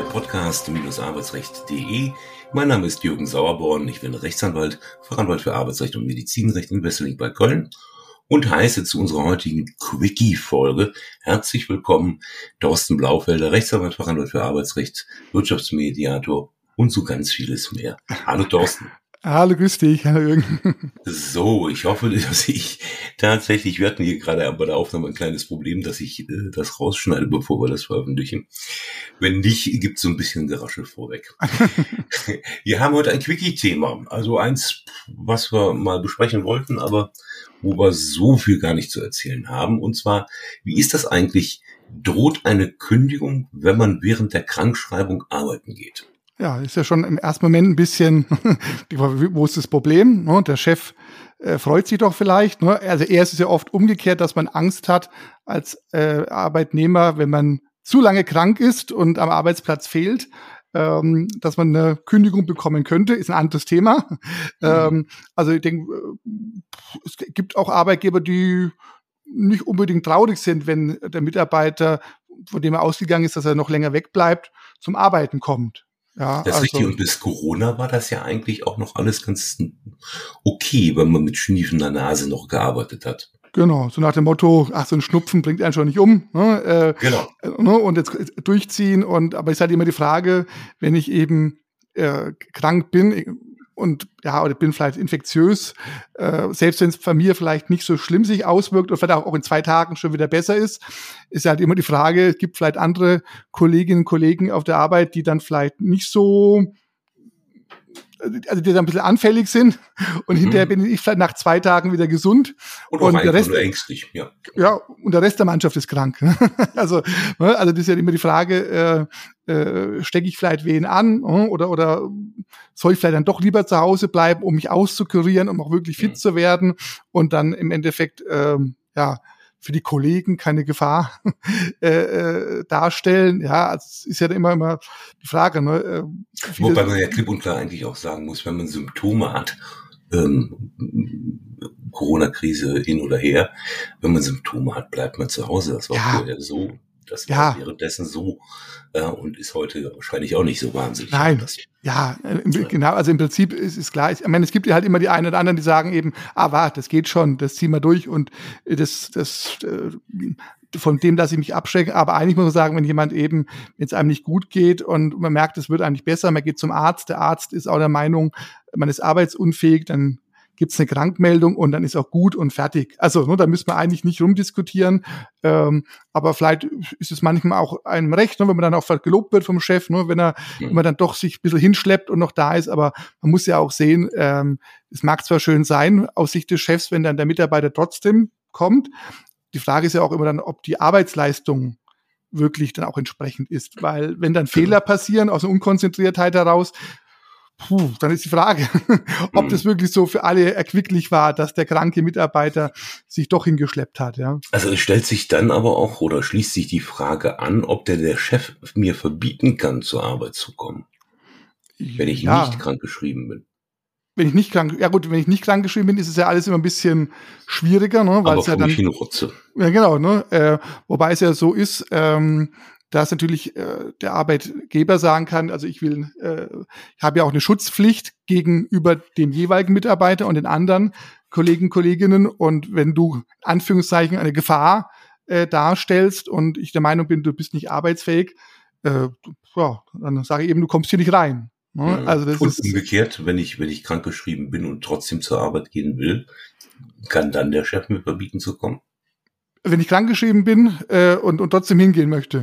podcast-arbeitsrecht.de. Mein Name ist Jürgen Sauerborn, ich bin Rechtsanwalt, Fachanwalt für Arbeitsrecht und Medizinrecht in Wesseling bei Köln und heiße zu unserer heutigen Quickie-Folge herzlich willkommen Thorsten Blaufelder, Rechtsanwalt, Fachanwalt für Arbeitsrecht, Wirtschaftsmediator und so ganz vieles mehr. Hallo Thorsten. Hallo, grüß dich. Hallo Jürgen. So, ich hoffe, dass ich tatsächlich, wir hatten hier gerade bei der Aufnahme ein kleines Problem, dass ich das rausschneide, bevor wir das veröffentlichen. Wenn nicht, gibt es so ein bisschen Geraschel vorweg. Wir haben heute ein Quickie-Thema, also eins, was wir mal besprechen wollten, aber wo wir so viel gar nicht zu erzählen haben. Und zwar, wie ist das eigentlich? Droht eine Kündigung, wenn man während der Krankschreibung arbeiten geht? Ja, ist ja schon im ersten Moment ein bisschen, wo ist das Problem? Der Chef freut sich doch vielleicht. Also erst ist ja oft umgekehrt, dass man Angst hat als Arbeitnehmer, wenn man zu lange krank ist und am Arbeitsplatz fehlt, dass man eine Kündigung bekommen könnte, ist ein anderes Thema. Also ich denke, es gibt auch Arbeitgeber, die nicht unbedingt traurig sind, wenn der Mitarbeiter, von dem er ausgegangen ist, dass er noch länger wegbleibt, zum Arbeiten kommt. Ja, das ist richtig. Und bis Corona war das ja eigentlich auch noch alles ganz okay, wenn man mit schniefender Nase noch gearbeitet hat. Genau, so nach dem Motto, so ein Schnupfen bringt einen schon nicht um. Genau. Und jetzt durchziehen. Aber ist halt immer die Frage, wenn ich eben krank bin und oder bin vielleicht infektiös, selbst wenn es bei mir vielleicht nicht so schlimm sich auswirkt oder vielleicht auch in 2 Tagen schon wieder besser ist halt immer die Frage, es gibt vielleicht andere Kolleginnen und Kollegen auf der Arbeit, die dann vielleicht nicht so, also die dann ein bisschen anfällig sind und hinterher bin ich vielleicht nach 2 Tagen wieder gesund. Und der Rest nur ängstlich, ja. Ja, und der Rest der Mannschaft ist krank. Also das ist ja immer die Frage, stecke ich vielleicht wen an oder soll ich vielleicht dann doch lieber zu Hause bleiben, um mich auszukurieren, um auch wirklich fit zu werden und dann im Endeffekt für die Kollegen keine Gefahr darstellen. Ja, also es ist ja immer die Frage. Wobei man ja klipp und klar eigentlich auch sagen muss, wenn man Symptome hat, Corona-Krise hin oder her, wenn man Symptome hat, bleibt man zu Hause. Das war vorher so, das war währenddessen so und ist heute wahrscheinlich auch nicht so wahnsinnig. Nein, genau, also im Prinzip ist es klar. Ich meine, es gibt ja halt immer die einen oder anderen, die sagen eben, das geht schon, das ziehen wir durch und das von dem lasse ich mich abschrecken. Aber eigentlich muss man sagen, wenn jemand eben, wenn es einem nicht gut geht und man merkt, es wird eigentlich besser, man geht zum Arzt, der Arzt ist auch der Meinung, man ist arbeitsunfähig, dann gibt's eine Krankmeldung und dann ist auch gut und fertig. Also, da müssen wir eigentlich nicht rumdiskutieren. Aber vielleicht ist es manchmal auch einem recht, wenn man dann auch gelobt wird vom Chef, wenn man dann doch sich ein bisschen hinschleppt und noch da ist. Aber man muss ja auch sehen, es mag zwar schön sein aus Sicht des Chefs, wenn dann der Mitarbeiter trotzdem kommt. Die Frage ist ja auch immer dann, ob die Arbeitsleistung wirklich dann auch entsprechend ist. Weil wenn dann Fehler passieren aus einer Unkonzentriertheit heraus, dann ist die Frage, ob das wirklich so für alle erquicklich war, dass der kranke Mitarbeiter sich doch hingeschleppt hat. Ja. Also es stellt sich dann aber auch oder schließt sich die Frage an, ob der Chef mir verbieten kann, zur Arbeit zu kommen, wenn ich nicht krankgeschrieben bin. Wenn ich nicht krankgeschrieben bin, ist es ja alles immer ein bisschen schwieriger, weil aber es ja dann Rotze. Ja, genau, wobei es ja so ist, dass natürlich der Arbeitgeber sagen kann, also ich habe ja auch eine Schutzpflicht gegenüber dem jeweiligen Mitarbeiter und den anderen Kolleginnen. Und wenn du in Anführungszeichen eine Gefahr darstellst und ich der Meinung bin, du bist nicht arbeitsfähig, dann sage ich eben, du kommst hier nicht rein. Also das und umgekehrt, wenn ich krankgeschrieben bin und trotzdem zur Arbeit gehen will, kann dann der Chef mir verbieten zu kommen? Wenn ich krankgeschrieben bin und trotzdem hingehen möchte.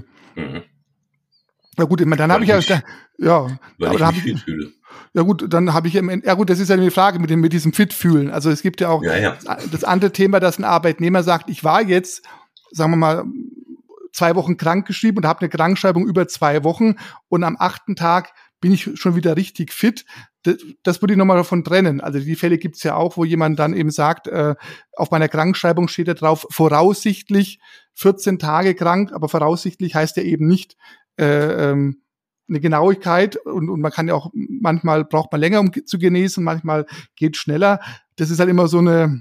Na gut, dann habe ich weil ich mich fit fühle. Ja gut, dann habe ich das ist ja die Frage mit diesem fit fühlen. Also es gibt ja auch das andere Thema, dass ein Arbeitnehmer sagt, ich war jetzt, sagen wir mal, 2 Wochen krankgeschrieben und habe eine Krankschreibung über 2 Wochen und am 8. Tag bin ich schon wieder richtig fit. Das würde ich nochmal davon trennen. Also die Fälle gibt's ja auch, wo jemand dann eben sagt, auf meiner Krankschreibung steht da drauf, voraussichtlich 14 Tage krank, aber voraussichtlich heißt ja eben nicht eine Genauigkeit und man kann ja auch, manchmal braucht man länger, um zu genesen, manchmal geht schneller. Das ist halt immer so eine,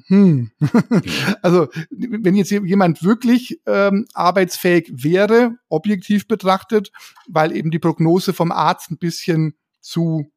Also wenn jetzt jemand wirklich arbeitsfähig wäre, objektiv betrachtet, weil eben die Prognose vom Arzt ein bisschen zu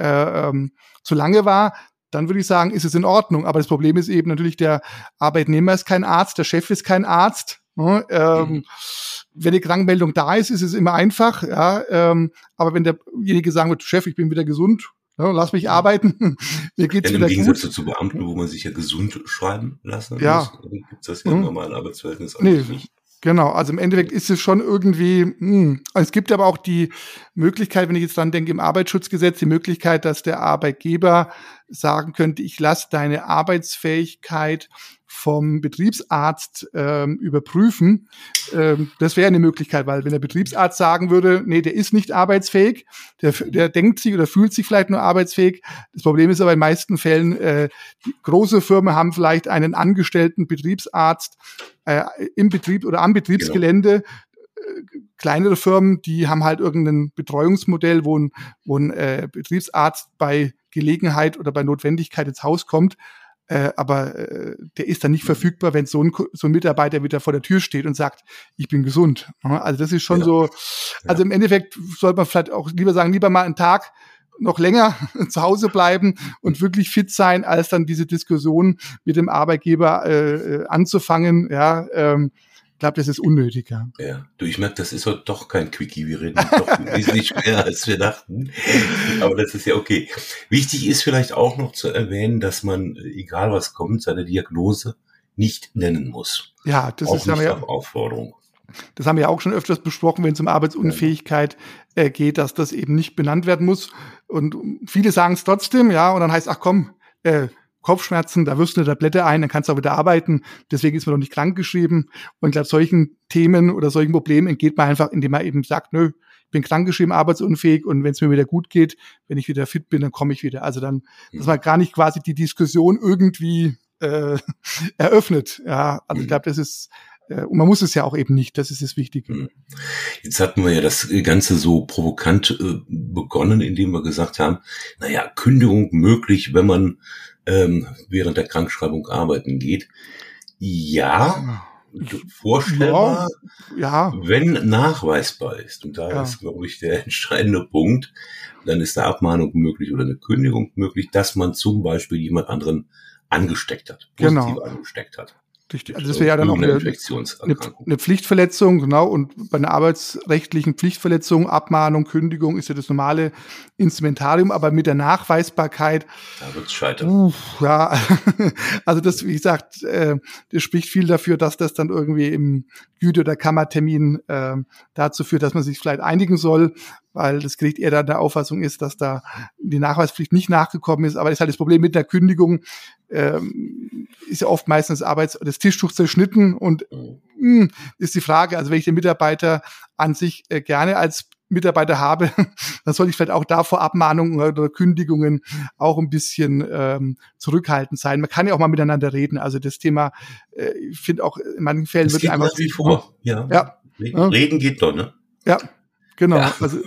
lange war, dann würde ich sagen, ist es in Ordnung. Aber das Problem ist eben natürlich, der Arbeitnehmer ist kein Arzt, der Chef ist kein Arzt. Wenn die Krankmeldung da ist, ist es immer einfach. Ja, aber wenn derjenige sagen wird, Chef, ich bin wieder gesund, ja, lass mich arbeiten, mir geht's wieder gut. Im Gegensatz zu Beamten, wo man sich ja gesund schreiben lassen muss, gibt es das ja im normalen Arbeitsverhältnis eigentlich nicht. Genau, also im Endeffekt ist es schon irgendwie, es gibt aber auch die Möglichkeit, wenn ich jetzt dran denke, im Arbeitsschutzgesetz, die Möglichkeit, dass der Arbeitgeber sagen könnte, ich lasse deine Arbeitsfähigkeit vom Betriebsarzt überprüfen. Das wäre eine Möglichkeit, weil wenn der Betriebsarzt sagen würde, nee, der ist nicht arbeitsfähig, der denkt sich oder fühlt sich vielleicht nur arbeitsfähig. Das Problem ist aber in den meisten Fällen, die große Firmen haben vielleicht einen angestellten Betriebsarzt im Betrieb oder am Betriebsgelände. Genau. Kleinere Firmen, die haben halt irgendein Betreuungsmodell, wo ein Betriebsarzt bei Gelegenheit oder bei Notwendigkeit ins Haus kommt. Aber der ist dann nicht verfügbar, wenn so ein Mitarbeiter wieder vor der Tür steht und sagt, ich bin gesund. Also das ist schon so. Also im Endeffekt sollte man vielleicht auch lieber sagen, lieber mal einen Tag noch länger zu Hause bleiben und wirklich fit sein, als dann diese Diskussion mit dem Arbeitgeber anzufangen. Ich glaube, das ist unnötig. Ja, du, ich merke, das ist heute doch kein Quickie. Wir reden doch wesentlich mehr, als wir dachten. Aber das ist ja okay. Wichtig ist vielleicht auch noch zu erwähnen, dass man, egal was kommt, seine Diagnose nicht nennen muss. Ja, das auch ist nicht auf Aufforderung. Das haben wir auch schon öfters besprochen, wenn es um Arbeitsunfähigkeit geht, dass das eben nicht benannt werden muss. Und viele sagen es trotzdem, ja, und dann heißt, ach komm, Kopfschmerzen, da wirst du eine Tablette ein, dann kannst du auch wieder arbeiten. Deswegen ist man noch nicht krankgeschrieben. Und ich glaube, solchen Themen oder solchen Problemen entgeht man einfach, indem man eben sagt, nö, ich bin krankgeschrieben, arbeitsunfähig und wenn es mir wieder gut geht, wenn ich wieder fit bin, dann komme ich wieder. Also dann, dass man gar nicht quasi die Diskussion irgendwie eröffnet. Ja, also ich glaube, das ist und man muss es ja auch eben nicht, das ist das Wichtige. Jetzt hatten wir ja das Ganze so provokant begonnen, indem wir gesagt haben, naja, Kündigung möglich, wenn man während der Krankschreibung arbeiten geht. Ja, vorstellbar, wenn nachweisbar ist. Und da ist, glaube ich, der entscheidende Punkt. Dann ist eine Abmahnung möglich oder eine Kündigung möglich, dass man zum Beispiel jemand anderen angesteckt hat, positiv angesteckt hat. Richtig. Also das wäre ja dann auch eine Pflichtverletzung, genau. Und bei einer arbeitsrechtlichen Pflichtverletzung, Abmahnung, Kündigung ist ja das normale Instrumentarium, aber mit der Nachweisbarkeit. Da wird's scheitern. Also das, wie gesagt, das spricht viel dafür, dass das dann irgendwie im Güte- oder Kammertermin dazu führt, dass man sich vielleicht einigen soll, weil das Gericht eher dann der Auffassung ist, dass da die Nachweispflicht nicht nachgekommen ist. Aber das ist halt das Problem mit der Kündigung, ist ja oft meistens das Tischtuch zerschnitten und ist die Frage, also wenn ich den Mitarbeiter an sich gerne als Mitarbeiter habe, dann soll ich vielleicht auch da vor Abmahnungen oder Kündigungen auch ein bisschen zurückhaltend sein. Man kann ja auch mal miteinander reden. Also das Thema, ich finde auch in manchen Fällen wird einfach wie vor. Ja. Reden geht doch, ne? Ja, genau. Ja. Also,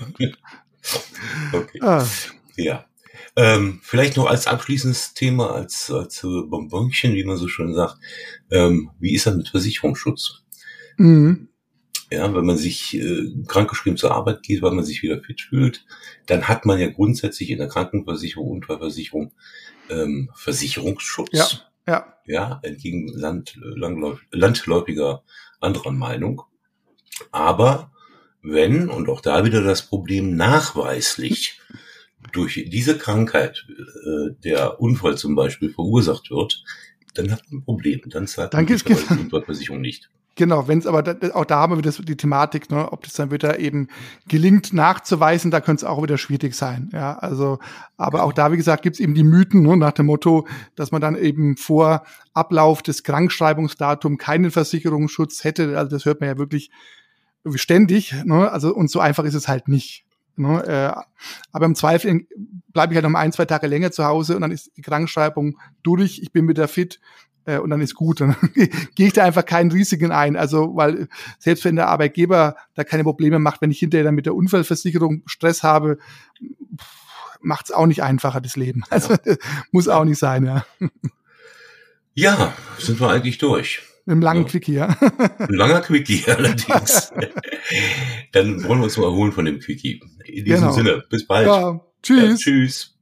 okay. Ja. Vielleicht noch als abschließendes Thema, als Bonbonchen, wie man so schön sagt, wie ist das mit Versicherungsschutz? Ja, wenn man sich krankgeschrieben zur Arbeit geht, weil man sich wieder fit fühlt, dann hat man ja grundsätzlich in der Krankenversicherung, Unfallversicherung Versicherungsschutz. Ja, entgegen landläufiger anderer Meinung. Aber wenn, und auch da wieder das Problem, nachweislich durch diese Krankheit der Unfall zum Beispiel verursacht wird, dann hat man ein Problem. Dann zahlt man die Unfallversicherung nicht. Genau, wenn es aber, auch da haben wir wieder die Thematik, ne, ob das dann wieder eben gelingt nachzuweisen, da könnte es auch wieder schwierig sein. Ja, also, aber auch da, wie gesagt, gibt es eben die Mythen, ne, nach dem Motto, dass man dann eben vor Ablauf des Krankschreibungsdatums keinen Versicherungsschutz hätte. Also das hört man ja wirklich ständig, ne, also und so einfach ist es halt nicht. Ne, aber im Zweifel bleibe ich halt noch 1-2 Tage länger zu Hause und dann ist die Krankschreibung durch, ich bin wieder fit, und dann ist gut. Dann gehe ich da einfach keinen Risiken ein. Also, weil selbst wenn der Arbeitgeber da keine Probleme macht, wenn ich hinterher dann mit der Unfallversicherung Stress habe, macht es auch nicht einfacher, das Leben. Also muss auch nicht sein, ja. Ja, sind wir eigentlich durch. Mit einem langen Quickie, ja. Ein langer Quickie, allerdings. Dann wollen wir uns mal erholen von dem Quickie. In diesem Sinne, bis bald. Ja, tschüss. Ja, tschüss.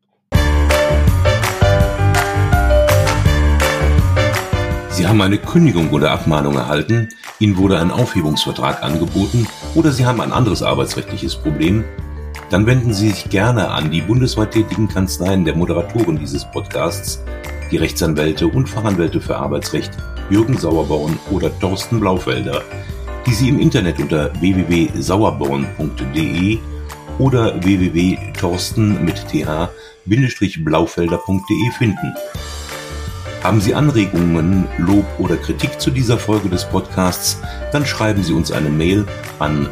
Sie haben eine Kündigung oder Abmahnung erhalten, Ihnen wurde ein Aufhebungsvertrag angeboten oder Sie haben ein anderes arbeitsrechtliches Problem, dann wenden Sie sich gerne an die bundesweit tätigen Kanzleien der Moderatoren dieses Podcasts, die Rechtsanwälte und Fachanwälte für Arbeitsrecht Jürgen Sauerborn oder Thorsten Blaufelder, die Sie im Internet unter www.sauerborn.de oder www.thorsten-blaufelder.de finden. Haben Sie Anregungen, Lob oder Kritik zu dieser Folge des Podcasts, dann schreiben Sie uns eine Mail an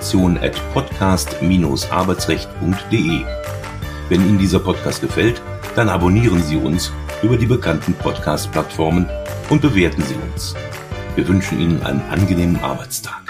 redaktion@podcast-arbeitsrecht.de. Wenn Ihnen dieser Podcast gefällt, dann abonnieren Sie uns über die bekannten Podcast-Plattformen und bewerten Sie uns. Wir wünschen Ihnen einen angenehmen Arbeitstag.